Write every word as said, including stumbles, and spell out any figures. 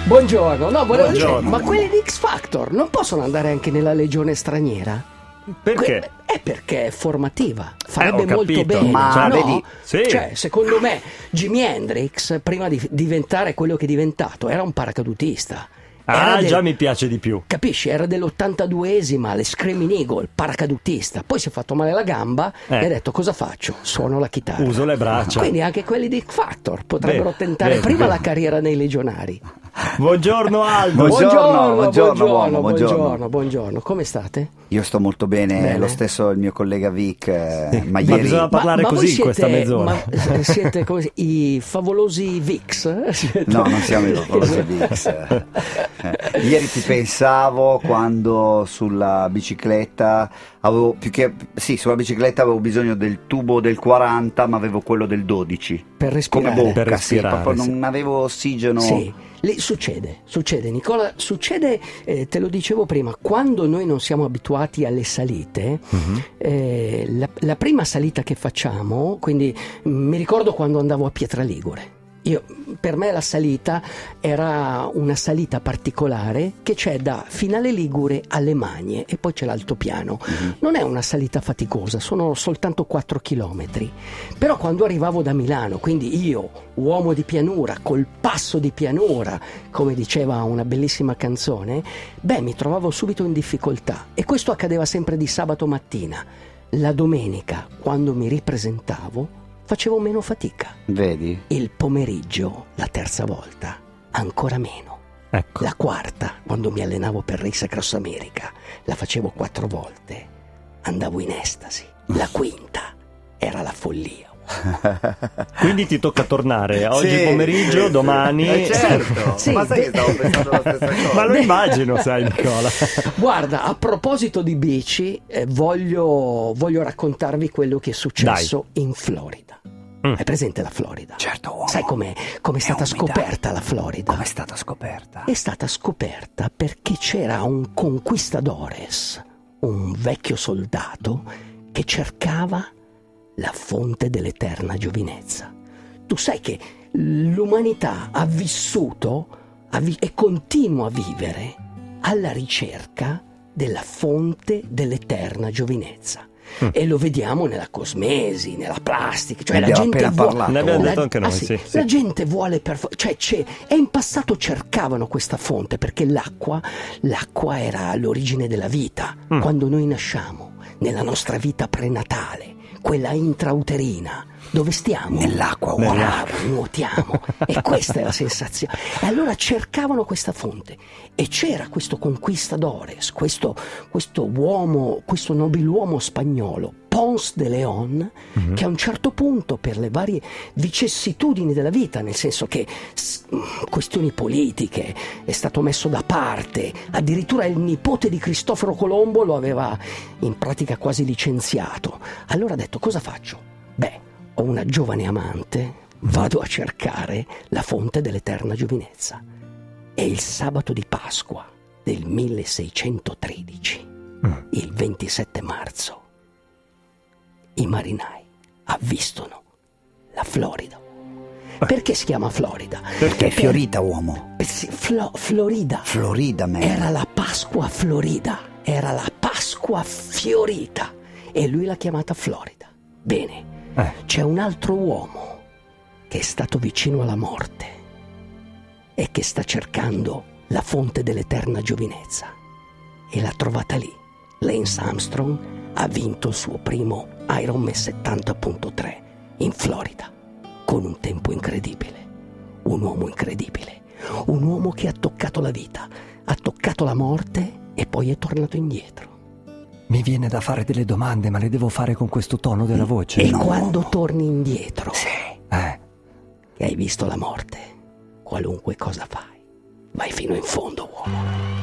Buongiorno. No, volevo Buongiorno. dire, ma quelli di X Factor non possono andare anche nella legione straniera? Perché? Que- è perché è formativa, farebbe Eh, ho molto capito, bene, ma no? vedi- Sì. Cioè, secondo me Jimi Hendrix, prima di diventare quello che è diventato, era un paracadutista. Era Ah, del- già mi piace di più. Capisci? Era dell'ottantaduesima, le Screaming Eagle, paracadutista. Poi si è fatto male la gamba Eh. e ha detto: cosa faccio? Suono la chitarra. Uso le braccia. Quindi anche quelli di X Factor potrebbero Beh, tentare vedi, prima vedi. la carriera nei legionari. Buongiorno Aldo. Buongiorno, buongiorno, buongiorno, uomo, buongiorno. buongiorno, buongiorno. Come state? Io sto molto bene, Bene. lo stesso il mio collega Vic, eh, Sì, ma ma ieri... bisogna parlare voi così in siete- questa mezz'ora. Ma eh, siete come si- i favolosi Vix? Siete- No, non siamo i favolosi Vix. Eh, ieri ti pensavo quando sulla bicicletta avevo più che sì, sulla bicicletta avevo bisogno del tubo del quaranta, ma avevo quello del dodici. Per Come respirare. bocca, Per sì, respirare, proprio sì. non avevo ossigeno. Sì, lì succede, succede Nicola, succede, eh, te lo dicevo prima, quando noi non siamo abituati alle salite, Mhm. eh, la, la prima salita che facciamo, quindi mh, mi ricordo quando andavo a Pietraligure. Io, per me la salita era una salita particolare che c'è da Finale Ligure alle Magne e poi c'è l'altopiano. Non è una salita faticosa, sono soltanto quattro chilometri. Però quando arrivavo da Milano, quindi io, uomo di pianura, col passo di pianura, come diceva una bellissima canzone, beh, mi trovavo subito in difficoltà. E questo accadeva sempre di sabato mattina. La domenica, quando mi ripresentavo, facevo meno fatica. Vedi? Il pomeriggio, la terza volta, ancora meno. Ecco. La quarta, quando mi allenavo per Race Across America, la facevo quattro volte. Andavo in estasi. La quinta era la follia. Quindi ti tocca tornare oggi Sì, pomeriggio, sì, domani. eh, certo. Sì, Ma sai de- che stavo pensando la stessa cosa? Ma lo immagino, sai, Nicola. Guarda, a proposito di bici, eh, voglio, voglio raccontarvi quello che è successo in Florida. Mm. Hai presente la Florida? Certo, uomo. Sai com'è, com'è stata umida. scoperta la Florida? Come è stata scoperta? È stata scoperta perché c'era un conquistadores, un vecchio soldato che cercava la fonte dell'eterna giovinezza. Tu sai che l'umanità ha vissuto ha vi- e continua a vivere alla ricerca della fonte dell'eterna giovinezza. Mm. E lo vediamo nella cosmesi, nella plastica, cioè Ne la abbiamo gente appena vuole- parlato. Ne abbiamo la- detto anche noi, ah, sì. sì, sì. La gente vuole per fo- cioè c'è, e in passato cercavano questa fonte perché l'acqua, l'acqua era l'origine della vita. Mm. Quando noi nasciamo, nella nostra vita prenatale, quella intrauterina, dove stiamo? Nell'acqua, uomo. Bravo, nuotiamo. E questa è la sensazione. E allora cercavano questa fonte. E c'era questo conquistadores, questo, questo uomo, questo nobiluomo spagnolo, Pons de León, Mhm. che a un certo punto, per le varie vicissitudini della vita, nel senso che s- questioni politiche, è stato messo da parte, addirittura il nipote di Cristoforo Colombo lo aveva in pratica quasi licenziato. Allora ha detto: cosa faccio? Beh, ho una giovane amante, vado a cercare la fonte dell'eterna giovinezza. E il sabato di Pasqua del milleseicentotredici, Mm. il ventisette marzo, i marinai avvistano la Florida. Perché si chiama Florida? Perché è fiorita, uomo. Eh sì, Flo- Florida. Florida, man. Era la Pasqua Florida, era la Pasqua fiorita e lui l'ha chiamata Florida. Bene, Eh. c'è un altro uomo che è stato vicino alla morte e che sta cercando la fonte dell'eterna giovinezza e l'ha trovata lì. Lance Armstrong ha vinto il suo primo Ironman settanta punto tre in Florida con un tempo incredibile, un uomo incredibile, un uomo che ha toccato la vita, ha toccato la morte e poi è tornato indietro. Mi viene da fare delle domande, ma le devo fare con questo tono della voce. E no. quando torni indietro, Eh. che hai visto la morte, qualunque cosa fai, vai fino in fondo, uomo.